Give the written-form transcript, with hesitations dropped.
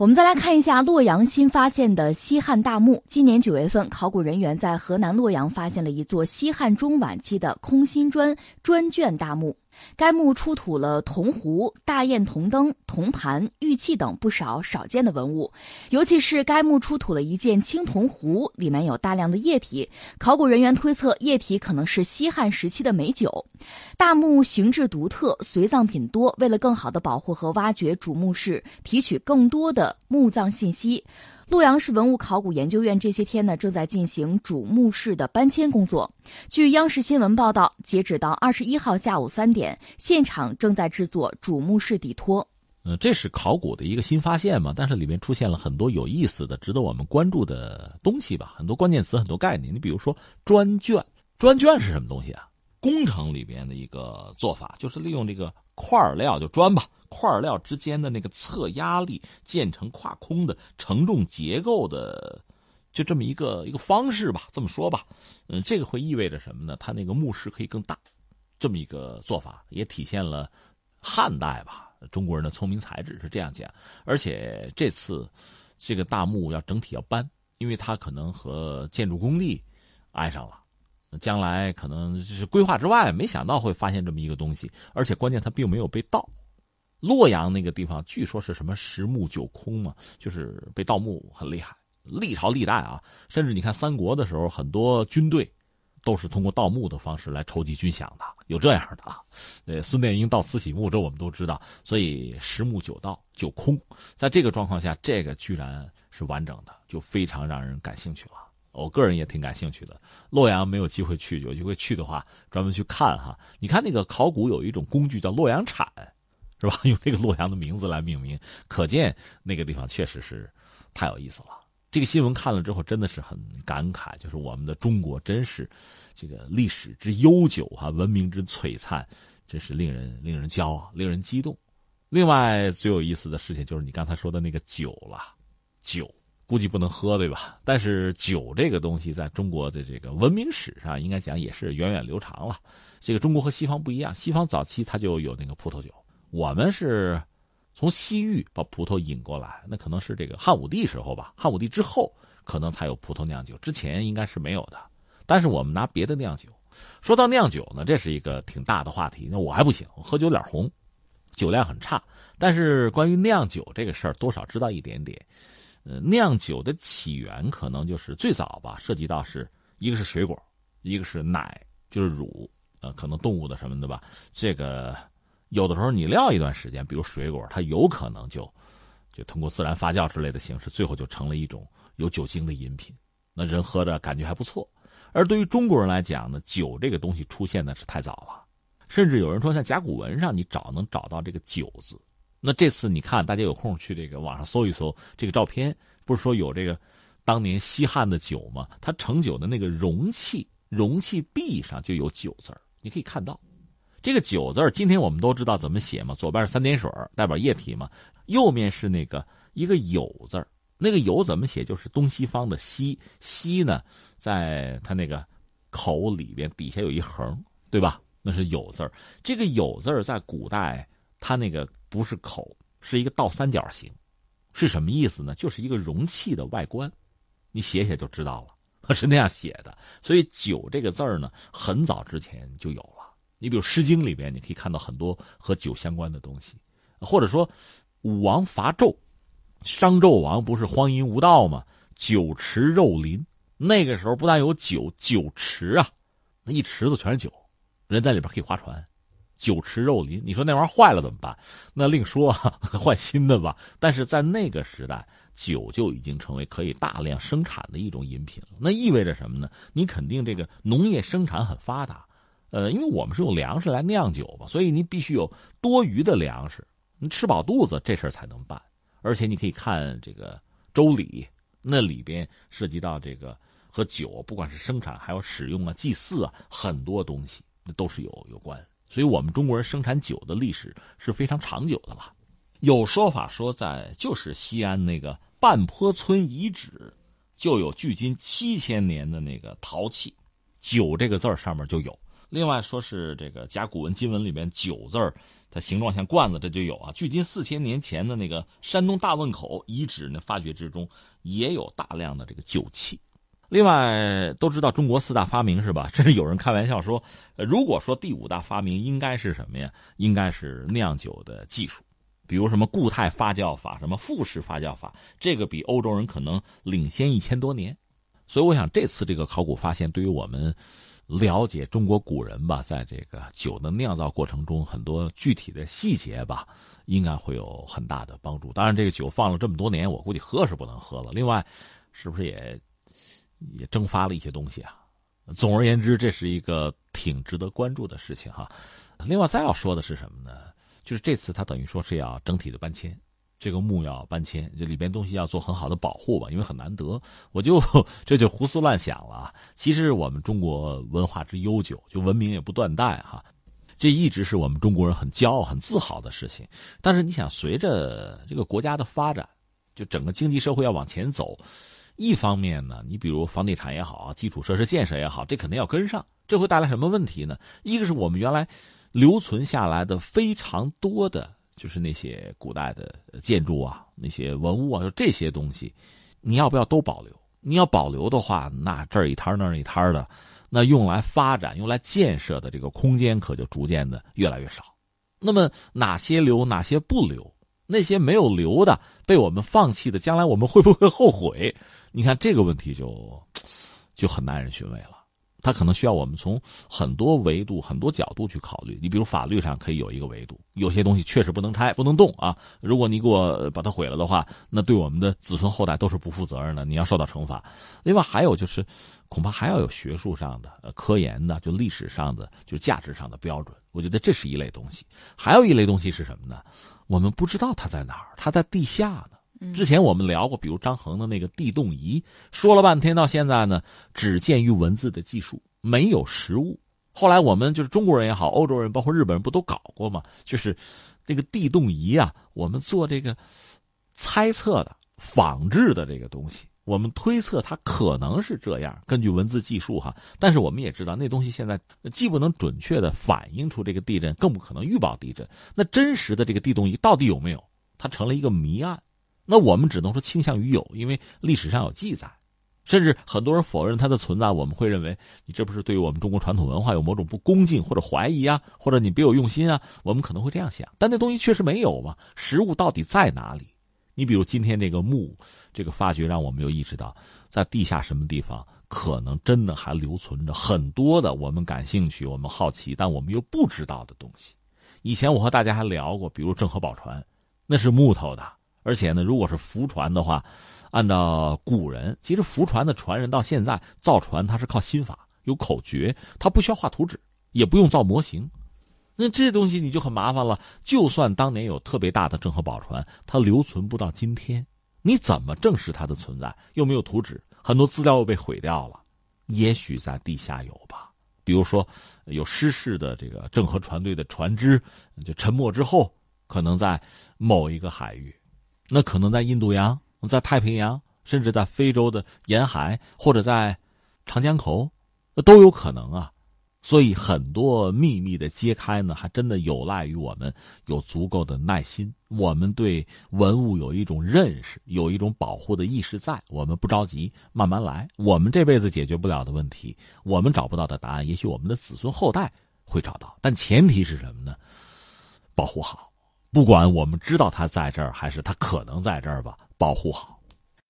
我们再来看一下洛阳新发现的西汉大墓。今年9月份，考古人员在河南洛阳发现了一座西汉中晚期的空心砖卷大墓。该墓出土了铜壶、大雁铜灯、铜盘、玉器等不少少见的文物，尤其是该墓出土了一件青铜壶，里面有大量的液体。考古人员推测，液体可能是西汉时期的美酒。大墓形制独特，随葬品多，为了更好地保护和挖掘主墓室，提取更多的墓葬信息，洛阳市文物考古研究院这些天呢，正在进行主墓室的搬迁工作。据央视新闻报道，截止到21号下午3点，现场正在制作主墓室底托。 这是考古的一个新发现嘛，但是里面出现了很多有意思的、值得我们关注的东西吧，很多关键词、很多概念。你比如说砖卷是什么东西啊？工程里边的一个做法，就是利用这个块料，就砖吧，块料之间的那个侧压力建成跨空的承重结构的，就这么一个方式吧，这么说吧。这个会意味着什么呢？它那个墓室可以更大，这么一个做法也体现了汉代吧中国人的聪明才智，是这样讲。而且这次这个大墓要整体要搬，因为它可能和建筑工地挨上了。将来可能是规划之外，没想到会发现这么一个东西，而且关键它并没有被盗。洛阳那个地方据说是什么10墓9空嘛，就是被盗墓很厉害，历朝历代啊，甚至你看三国的时候，很多军队都是通过盗墓的方式来筹集军饷的，有这样的啊。孙殿英盗慈禧墓，这我们都知道，所以10墓9盗9空，在这个状况下，这个居然是完整的，就非常让人感兴趣了。我个人也挺感兴趣的。洛阳没有机会去，有机会去的话，专门去看哈。你看那个考古有一种工具叫洛阳铲，是吧？用这个洛阳的名字来命名，可见那个地方确实是太有意思了。这个新闻看了之后，真的是很感慨，就是我们的中国真是这个历史之悠久啊，文明之璀璨，真是令人骄傲，令人激动。另外最有意思的事情就是你刚才说的那个酒了，酒。估计不能喝，对吧？但是酒这个东西在中国的这个文明史上应该讲也是源远流长了。这个中国和西方不一样，西方早期它就有那个葡萄酒，我们是从西域把葡萄引过来，那可能是这个汉武帝时候吧，汉武帝之后可能才有葡萄酿酒，之前应该是没有的。但是我们拿别的酿酒，说到酿酒呢，这是一个挺大的话题。那我还不行，我喝酒脸红，酒量很差。但是关于酿酒这个事儿，多少知道一点点。酿酒的起源可能就是最早吧，涉及到是一个是水果，一个是奶，就是乳，可能动物的什么的吧。这个有的时候你撂一段时间，比如水果，它有可能就通过自然发酵之类的形式，最后就成了一种有酒精的饮品。那人喝着感觉还不错。而对于中国人来讲呢，酒这个东西出现的是太早了，甚至有人说像甲骨文上你能找到这个酒字。那这次你看，大家有空去这个网上搜一搜这个照片，不是说有这个当年西汉的酒吗？它盛酒的那个容器壁上就有酒字儿，你可以看到这个酒字儿。今天我们都知道怎么写嘛，左边是3点水代表液体嘛，右面是那个一个酉字儿。那个酉怎么写？就是东西方的西，西呢在它那个口里边底下有一横，对吧？那是酉字儿。这个酉字儿在古代它那个不是口，是一个倒三角形，是什么意思呢？就是一个容器的外观，你写写就知道了，是那样写的。所以酒这个字儿呢，很早之前就有了。你比如《诗经》里边，你可以看到很多和酒相关的东西，或者说武王伐纣，商纣王不是荒淫无道吗？酒池肉林，那个时候不但有酒池啊，那一池子全是酒，人在里边可以划船。酒池肉林，你说那玩意儿坏了怎么办？那另说，换新的吧。但是在那个时代，酒就已经成为可以大量生产的一种饮品了。那意味着什么呢？你肯定这个农业生产很发达，因为我们是用粮食来酿酒嘛，所以你必须有多余的粮食，你吃饱肚子这事儿才能办。而且你可以看这个《周礼》，那里边涉及到这个和酒，不管是生产还有使用啊、祭祀啊，很多东西那都是有关。所以我们中国人生产酒的历史是非常长久的了。有说法说就是西安那个半坡村遗址就有距今7000年的那个陶器，酒这个字上面就有。 另外说是这个甲骨文金文里边酒字儿，它形状像罐子，这就有啊。距今4000年前的那个山东大汶口遗址呢，发掘之中也有大量的这个酒器。另外都知道中国4大发明是吧？甚至有人开玩笑说，如果说第5大发明应该是什么呀？应该是酿酒的技术，比如什么固态发酵法、什么复式发酵法，这个比欧洲人可能领先1000多年。所以我想这次这个考古发现对于我们了解中国古人吧，在这个酒的酿造过程中很多具体的细节吧，应该会有很大的帮助。当然这个酒放了这么多年，我估计喝是不能喝了，另外是不是也蒸发了一些东西啊？总而言之，这是一个挺值得关注的事情哈。另外再要说的是什么呢？就是这次它等于说是要整体的搬迁，这个墓要搬迁，这里边东西要做很好的保护吧，因为很难得。这就胡思乱想了。其实我们中国文化之悠久，就文明也不断代哈，这一直是我们中国人很骄傲、很自豪的事情。但是你想，随着这个国家的发展，就整个经济社会要往前走。一方面呢，你比如房地产也好，基础设施建设也好，这肯定要跟上。这会带来什么问题呢？一个是我们原来留存下来的非常多的，就是那些古代的建筑啊，那些文物啊，就这些东西，你要不要都保留？你要保留的话，那这儿一摊那儿一摊的，那用来发展、用来建设的这个空间可就逐渐的越来越少。那么哪些留，哪些不留？那些没有留的、被我们放弃的，将来我们会不会后悔？你看这个问题就很耐人寻味了。它可能需要我们从很多维度、很多角度去考虑。你比如法律上可以有一个维度，有些东西确实不能拆、不能动啊。如果你给我把它毁了的话，那对我们的子孙后代都是不负责任的，你要受到惩罚。另外还有就是，恐怕还要有学术上的、科研的，就历史上的、就价值上的标准。我觉得这是一类东西。还有一类东西是什么呢？我们不知道它在哪儿，它在地下呢。之前我们聊过，比如张衡的那个地动仪，说了半天到现在呢，只鉴于文字的技术，没有实物。后来我们就是中国人也好，欧洲人包括日本人不都搞过吗？就是这个地动仪啊，我们做这个猜测的、仿制的这个东西，我们推测它可能是这样，根据文字技术哈。但是我们也知道，那东西现在既不能准确的反映出这个地震，更不可能预报地震。那真实的这个地动仪到底有没有？它成了一个谜案。那我们只能说倾向于有，因为历史上有记载，甚至很多人否认它的存在，我们会认为你这不是对于我们中国传统文化有某种不恭敬或者怀疑啊，或者你别有用心啊，我们可能会这样想。但那东西确实没有嘛，实物到底在哪里？你比如今天这个墓，这个发掘让我们又意识到，在地下什么地方可能真的还留存着很多的我们感兴趣、我们好奇，但我们又不知道的东西。以前我和大家还聊过，比如郑和宝船，那是木头的。而且呢，如果是浮船的话，按照古人，其实浮船的船人到现在造船，他是靠心法，有口诀，他不需要画图纸，也不用造模型。那这东西你就很麻烦了。就算当年有特别大的郑和宝船，它留存不到今天，你怎么证实它的存在？又没有图纸，很多资料又被毁掉了。也许在地下有吧，比如说有失事的这个郑和船队的船只，就沉没之后，可能在某一个海域。那可能在印度洋，在太平洋，甚至在非洲的沿海，或者在长江口，都有可能啊。所以很多秘密的揭开呢，还真的有赖于我们有足够的耐心，我们对文物有一种认识，有一种保护的意识在，我们不着急，慢慢来。我们这辈子解决不了的问题，我们找不到的答案，也许我们的子孙后代会找到，但前提是什么呢？保护好。不管我们知道它在这儿，还是它可能在这儿吧，保护好。